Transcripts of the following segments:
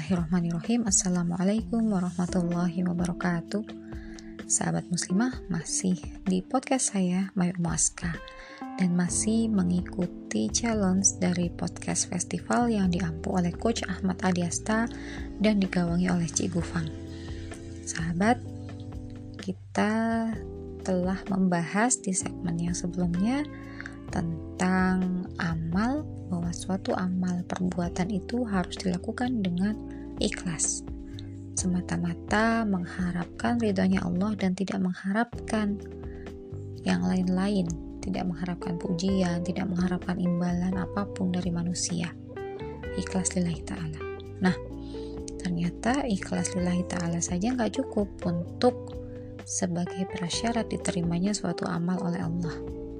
Bismillahirrahmanirrahim. Assalamualaikum warahmatullahi wabarakatuh. Sahabat muslimah, masih di podcast saya Mayu Muaska dan masih mengikuti challenge dari podcast festival yang diampu oleh Coach Ahmad Adiasta dan digawangi oleh Cik Gufang. Sahabat, kita telah membahas di segmen yang sebelumnya tentang amal, bahwa suatu amal perbuatan itu harus dilakukan dengan ikhlas, semata-mata mengharapkan ridhonya Allah dan tidak mengharapkan yang lain-lain, tidak mengharapkan pujian, tidak mengharapkan imbalan apapun dari manusia. Ikhlas lillahi ta'ala. Nah, ternyata ikhlas lillahi ta'ala saja nggak cukup untuk sebagai prasyarat diterimanya suatu amal oleh Allah,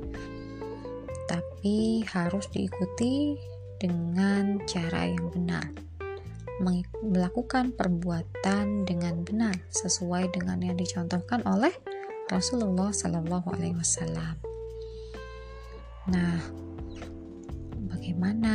tapi harus diikuti dengan cara yang benar, melakukan perbuatan dengan benar sesuai dengan yang dicontohkan oleh Rasulullah Sallallahu Alaihi Wasallam. Nah, bagaimana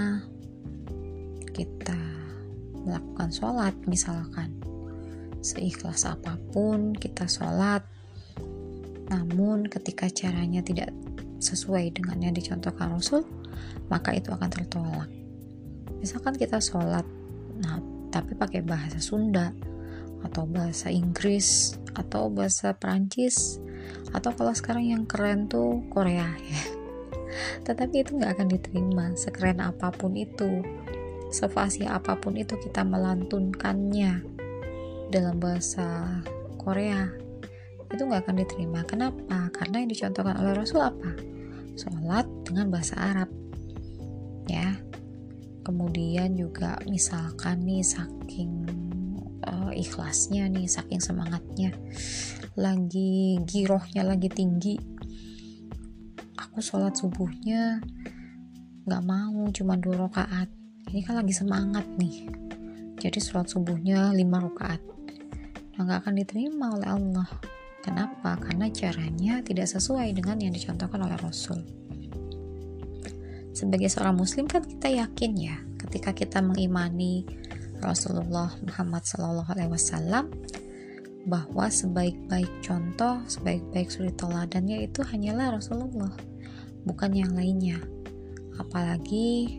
kita melakukan sholat? Misalkan seikhlas apapun kita sholat, namun ketika caranya tidak sesuai dengan yang dicontohkan Rasul, maka itu akan tertolak. Misalkan kita sholat, tapi pakai bahasa Sunda, atau bahasa Inggris, atau bahasa Perancis, atau kalau sekarang yang keren tuh Korea ya. Tetapi itu nggak akan diterima, sekeren apapun itu, sefasih apapun itu kita melantunkannya dalam bahasa Korea, itu nggak akan diterima. Kenapa? Karena yang dicontohkan oleh Rasul apa? Sholat dengan bahasa Arab ya. Kemudian juga misalkan nih saking ikhlasnya nih, saking semangatnya, lagi girohnya lagi tinggi, aku sholat subuhnya nggak mau cuma 2 rakaat. Ini kan lagi semangat nih, jadi sholat subuhnya 5 rakaat. Nggak akan diterima oleh Allah. Kenapa? Karena caranya tidak sesuai dengan yang dicontohkan oleh Rasul. Sebagai seorang muslim kan kita yakin ya, ketika kita mengimani Rasulullah Muhammad SAW, bahwa sebaik-baik contoh, sebaik-baik suri teladannya itu hanyalah Rasulullah, bukan yang lainnya. Apalagi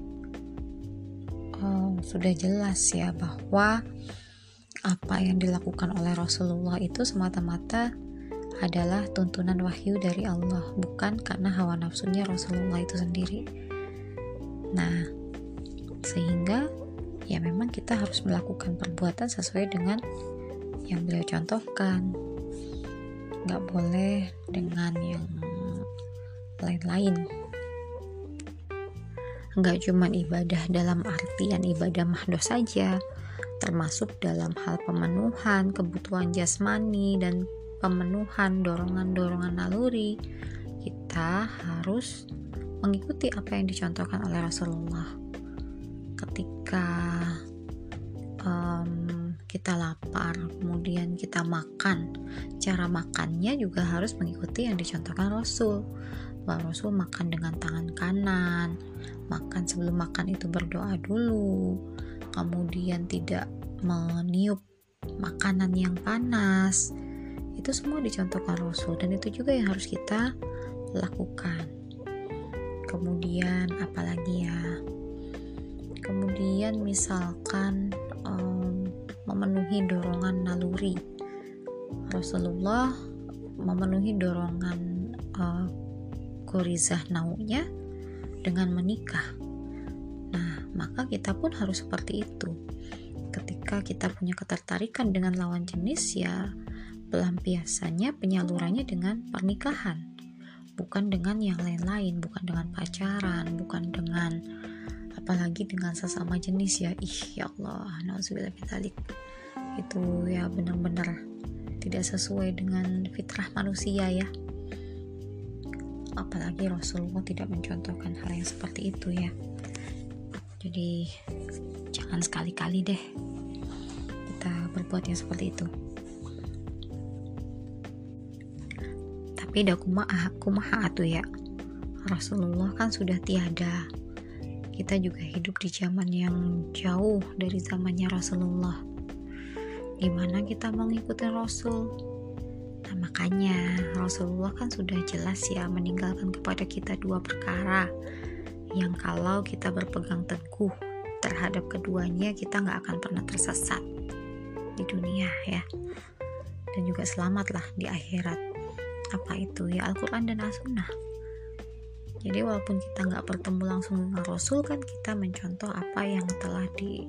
sudah jelas ya bahwa apa yang dilakukan oleh Rasulullah itu semata-mata adalah tuntunan wahyu dari Allah, bukan karena hawa nafsunya Rasulullah itu sendiri. Nah, sehingga ya memang kita harus melakukan perbuatan sesuai dengan yang beliau contohkan, nggak boleh dengan yang lain-lain. Nggak cuma ibadah dalam artian ibadah mahdoh saja, termasuk dalam hal pemenuhan kebutuhan jasmani dan pemenuhan dorongan-dorongan naluri, kita harus mengikuti apa yang dicontohkan oleh Rasulullah. Ketika kita lapar, kemudian kita makan, cara makannya juga harus mengikuti yang dicontohkan Rasul. Bahwa Rasul makan dengan tangan kanan, makan sebelum makan itu berdoa dulu, kemudian tidak meniup makanan yang panas. Itu semua dicontohkan Rasul, dan itu juga yang harus kita lakukan. Kemudian apalagi ya, kemudian misalkan memenuhi dorongan naluri. Rasulullah memenuhi dorongan gorizah naunya dengan menikah. Nah, maka kita pun harus seperti itu. Ketika kita punya ketertarikan dengan lawan jenis, ya pelampiasannya, penyalurannya dengan pernikahan, bukan dengan yang lain-lain, bukan dengan pacaran, bukan dengan apalagi dengan sesama jenis ya. Ya Allah, nauzubillah min dzalik. Itu ya benar-benar tidak sesuai dengan fitrah manusia ya. Apalagi Rasulullah tidak mencontohkan hal yang seperti itu ya. Jadi jangan sekali-kali deh kita berbuat yang seperti itu. Tapi kumaha atuh ya, Rasulullah kan sudah tiada, kita juga hidup di zaman yang jauh dari zamannya Rasulullah. Gimana kita mau ngikutin Rasul? Nah, makanya Rasulullah kan sudah jelas ya meninggalkan kepada kita 2 perkara yang kalau kita berpegang teguh terhadap keduanya, kita gak akan pernah tersesat di dunia ya, dan juga selamatlah di akhirat. Apa itu? Ya Al-Quran dan As-Sunnah. Jadi walaupun kita gak bertemu langsung dengan Rasul, kan kita mencontoh apa yang telah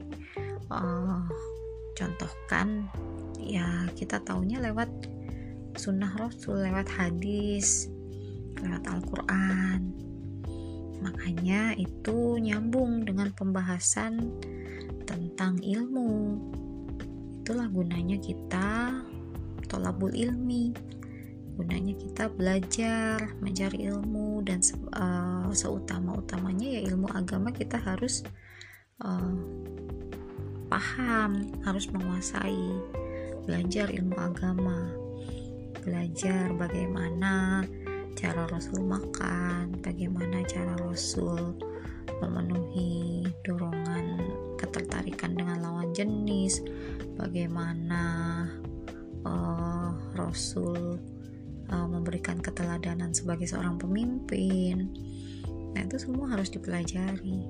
dicontohkan. Ya kita taunya lewat sunnah Rasul, lewat hadis, lewat Al-Quran. Makanya itu nyambung dengan pembahasan tentang ilmu. Itulah gunanya kita tholabul ilmi, gunanya kita belajar mencari ilmu, dan seutama-utamanya ya ilmu agama kita harus paham, harus menguasai, belajar ilmu agama, belajar bagaimana cara Rasul makan, bagaimana cara Rasul memenuhi dorongan ketertarikan dengan lawan jenis, bagaimana Rasul memberikan keteladanan sebagai seorang pemimpin. Nah itu semua harus dipelajari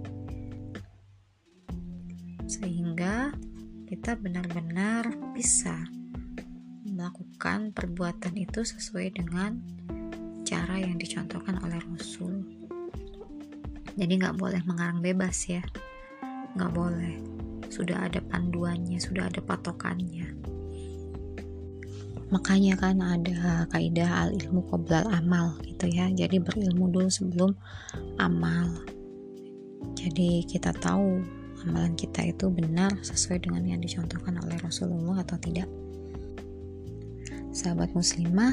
sehingga kita benar-benar bisa melakukan perbuatan itu sesuai dengan cara yang dicontohkan oleh Rasul. Jadi gak boleh mengarang bebas ya, gak boleh. Sudah ada panduannya, sudah ada patokannya. Makanya kan ada kaidah al-ilmu qoblal amal gitu ya. Jadi berilmu dulu sebelum amal. Jadi kita tahu amalan kita itu benar sesuai dengan yang dicontohkan oleh Rasulullah atau tidak. Sahabat muslimah,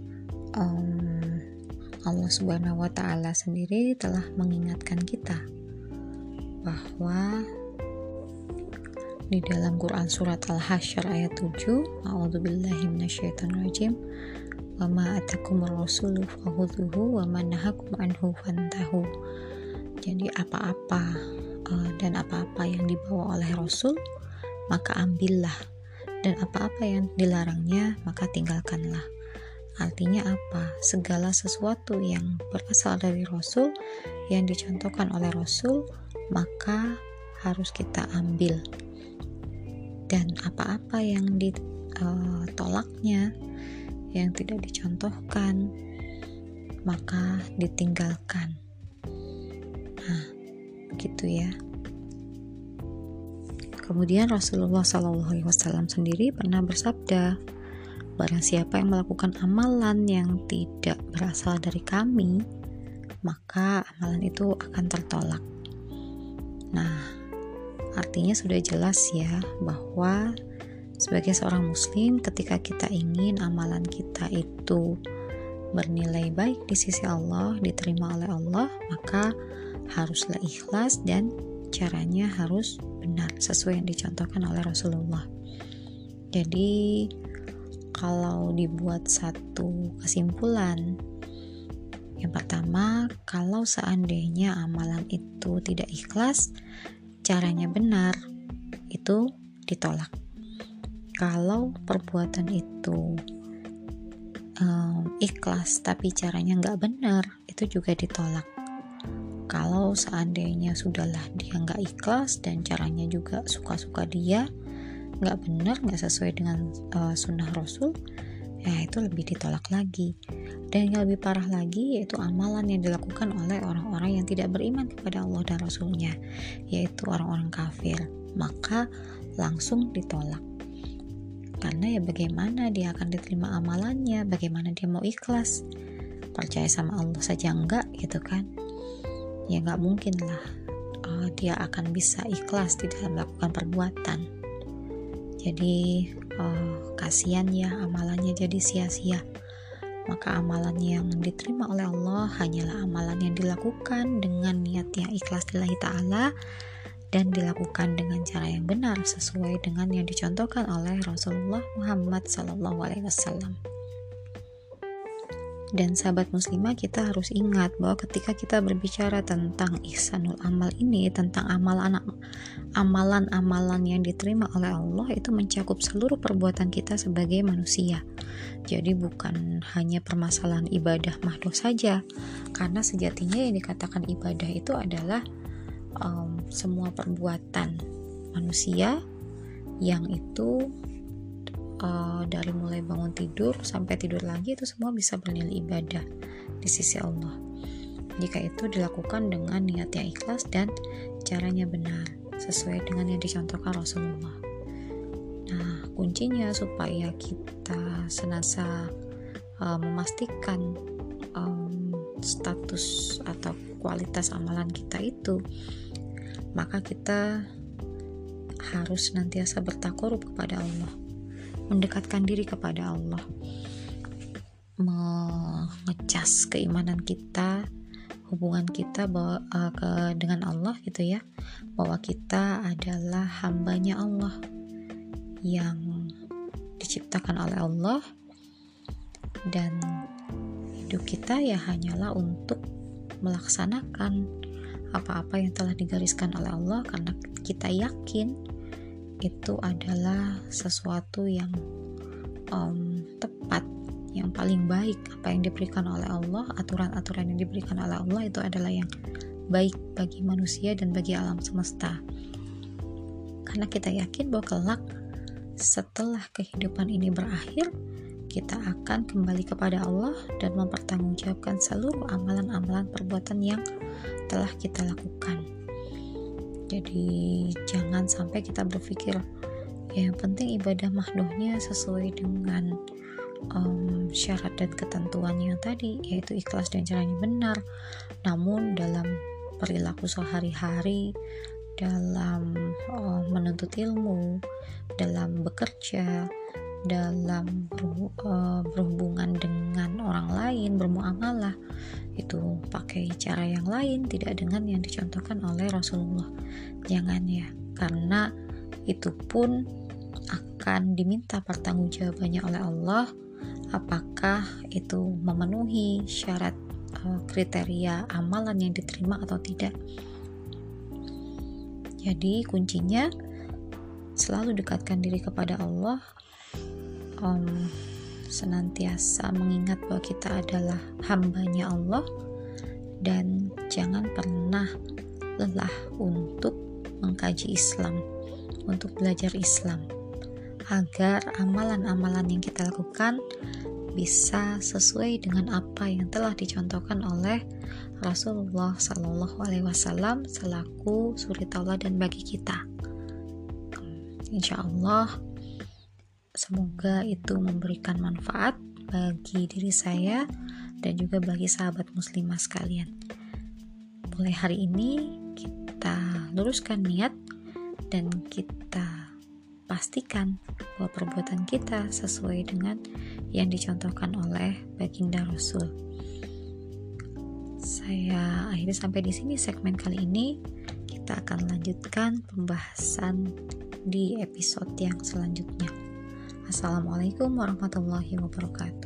Allah Subhanahu wa Ta'ala sendiri telah mengingatkan kita bahwa di dalam Quran surat Al-Hasyr ayat 7, a'udzubillahi minasyaitonirrajim, wa ma atakumur rasulu fakhudhuhu wa ma nahakum anhu fantahu. Jadi apa-apa dan apa-apa yang dibawa oleh Rasul maka ambillah, dan apa-apa yang dilarangnya maka tinggalkanlah. Artinya apa? Segala sesuatu yang berasal dari Rasul, yang dicontohkan oleh Rasul, maka harus kita ambil. Dan apa-apa yang ditolaknya, yang tidak dicontohkan, maka ditinggalkan. Nah, begitu ya. Kemudian Rasulullah SAW sendiri pernah bersabda, barang siapa yang melakukan amalan yang tidak berasal dari kami, maka amalan itu akan tertolak. Nah, artinya sudah jelas ya bahwa sebagai seorang muslim, ketika kita ingin amalan kita itu bernilai baik di sisi Allah, diterima oleh Allah, maka haruslah ikhlas dan caranya harus benar sesuai yang dicontohkan oleh Rasulullah. Jadi kalau dibuat satu kesimpulan, yang pertama, kalau seandainya amalan itu tidak ikhlas, caranya benar, itu ditolak. Kalau perbuatan itu ikhlas tapi caranya nggak benar, itu juga ditolak. Kalau seandainya sudahlah dia nggak ikhlas dan caranya juga suka-suka dia, nggak benar, nggak sesuai dengan sunnah Rasul, ya itu lebih ditolak lagi. Dan yang lebih parah lagi yaitu amalan yang dilakukan oleh orang-orang yang tidak beriman kepada Allah dan Rasulnya, yaitu orang-orang kafir, maka langsung ditolak. Karena ya bagaimana dia akan diterima amalannya, bagaimana dia mau ikhlas, percaya sama Allah saja enggak gitu kan, ya nggak mungkin lah dia akan bisa ikhlas di dalam melakukan perbuatan. Jadi kasihan ya amalannya jadi sia-sia. Maka amalan yang diterima oleh Allah hanyalah amalan yang dilakukan dengan niat yang ikhlas lillahi ta'ala dan dilakukan dengan cara yang benar sesuai dengan yang dicontohkan oleh Rasulullah Muhammad SAW. Dan sahabat muslimah, kita harus ingat bahwa ketika kita berbicara tentang ihsanul amal ini, tentang amalan-amalan yang diterima oleh Allah, itu mencakup seluruh perbuatan kita sebagai manusia. Jadi bukan hanya permasalahan ibadah mahdoh saja, karena sejatinya yang dikatakan ibadah itu adalah semua perbuatan manusia yang itu dari mulai bangun tidur sampai tidur lagi, itu semua bisa bernilai ibadah di sisi Allah jika itu dilakukan dengan niat yang ikhlas dan caranya benar sesuai dengan yang dicontohkan Rasulullah. Nah, kuncinya supaya kita senantiasa memastikan status atau kualitas amalan kita itu, maka kita harus senantiasa bertakarub kepada Allah, mendekatkan diri kepada Allah, mengecas keimanan kita, hubungan kita dengan Allah gitu ya, bahwa kita adalah hambanya Allah yang diciptakan oleh Allah, dan hidup kita ya hanyalah untuk melaksanakan apa-apa yang telah digariskan oleh Allah, karena kita yakin itu adalah sesuatu yang tepat, yang paling baik. Apa yang diberikan oleh Allah, aturan-aturan yang diberikan oleh Allah itu adalah yang baik bagi manusia dan bagi alam semesta. Karena kita yakin bahwa kelak setelah kehidupan ini berakhir, kita akan kembali kepada Allah dan mempertanggungjawabkan seluruh amalan-amalan perbuatan yang telah kita lakukan. Jadi jangan sampai kita berpikir ya yang penting ibadah mahdohnya sesuai dengan syarat dan ketentuan yang tadi, yaitu ikhlas dan caranya benar. Namun dalam perilaku sehari-hari, dalam menuntut ilmu, dalam bekerja, dalam berhubungan dengan orang lain, bermuamalah, itu pakai cara yang lain, tidak dengan yang dicontohkan oleh Rasulullah. Jangan ya, karena itu pun akan diminta pertanggungjawabannya oleh Allah, apakah itu memenuhi syarat kriteria amalan yang diterima atau tidak. Jadi kuncinya selalu dekatkan diri kepada Allah, senantiasa mengingat bahwa kita adalah hambanya Allah, dan jangan pernah lelah untuk mengkaji Islam, untuk belajar Islam, agar amalan-amalan yang kita lakukan bisa sesuai dengan apa yang telah dicontohkan oleh Rasulullah Sallallahu Alaihi Wasallam selaku suri tauladan bagi kita. Insya Allah semoga itu memberikan manfaat bagi diri saya dan juga bagi sahabat muslimah sekalian. Mulai hari ini kita luruskan niat dan kita pastikan bahwa perbuatan kita sesuai dengan yang dicontohkan oleh baginda Rasul. Saya akhiri sampai di sini segmen kali ini. Kita akan lanjutkan pembahasan di episode yang selanjutnya. Assalamualaikum warahmatullahi wabarakatuh.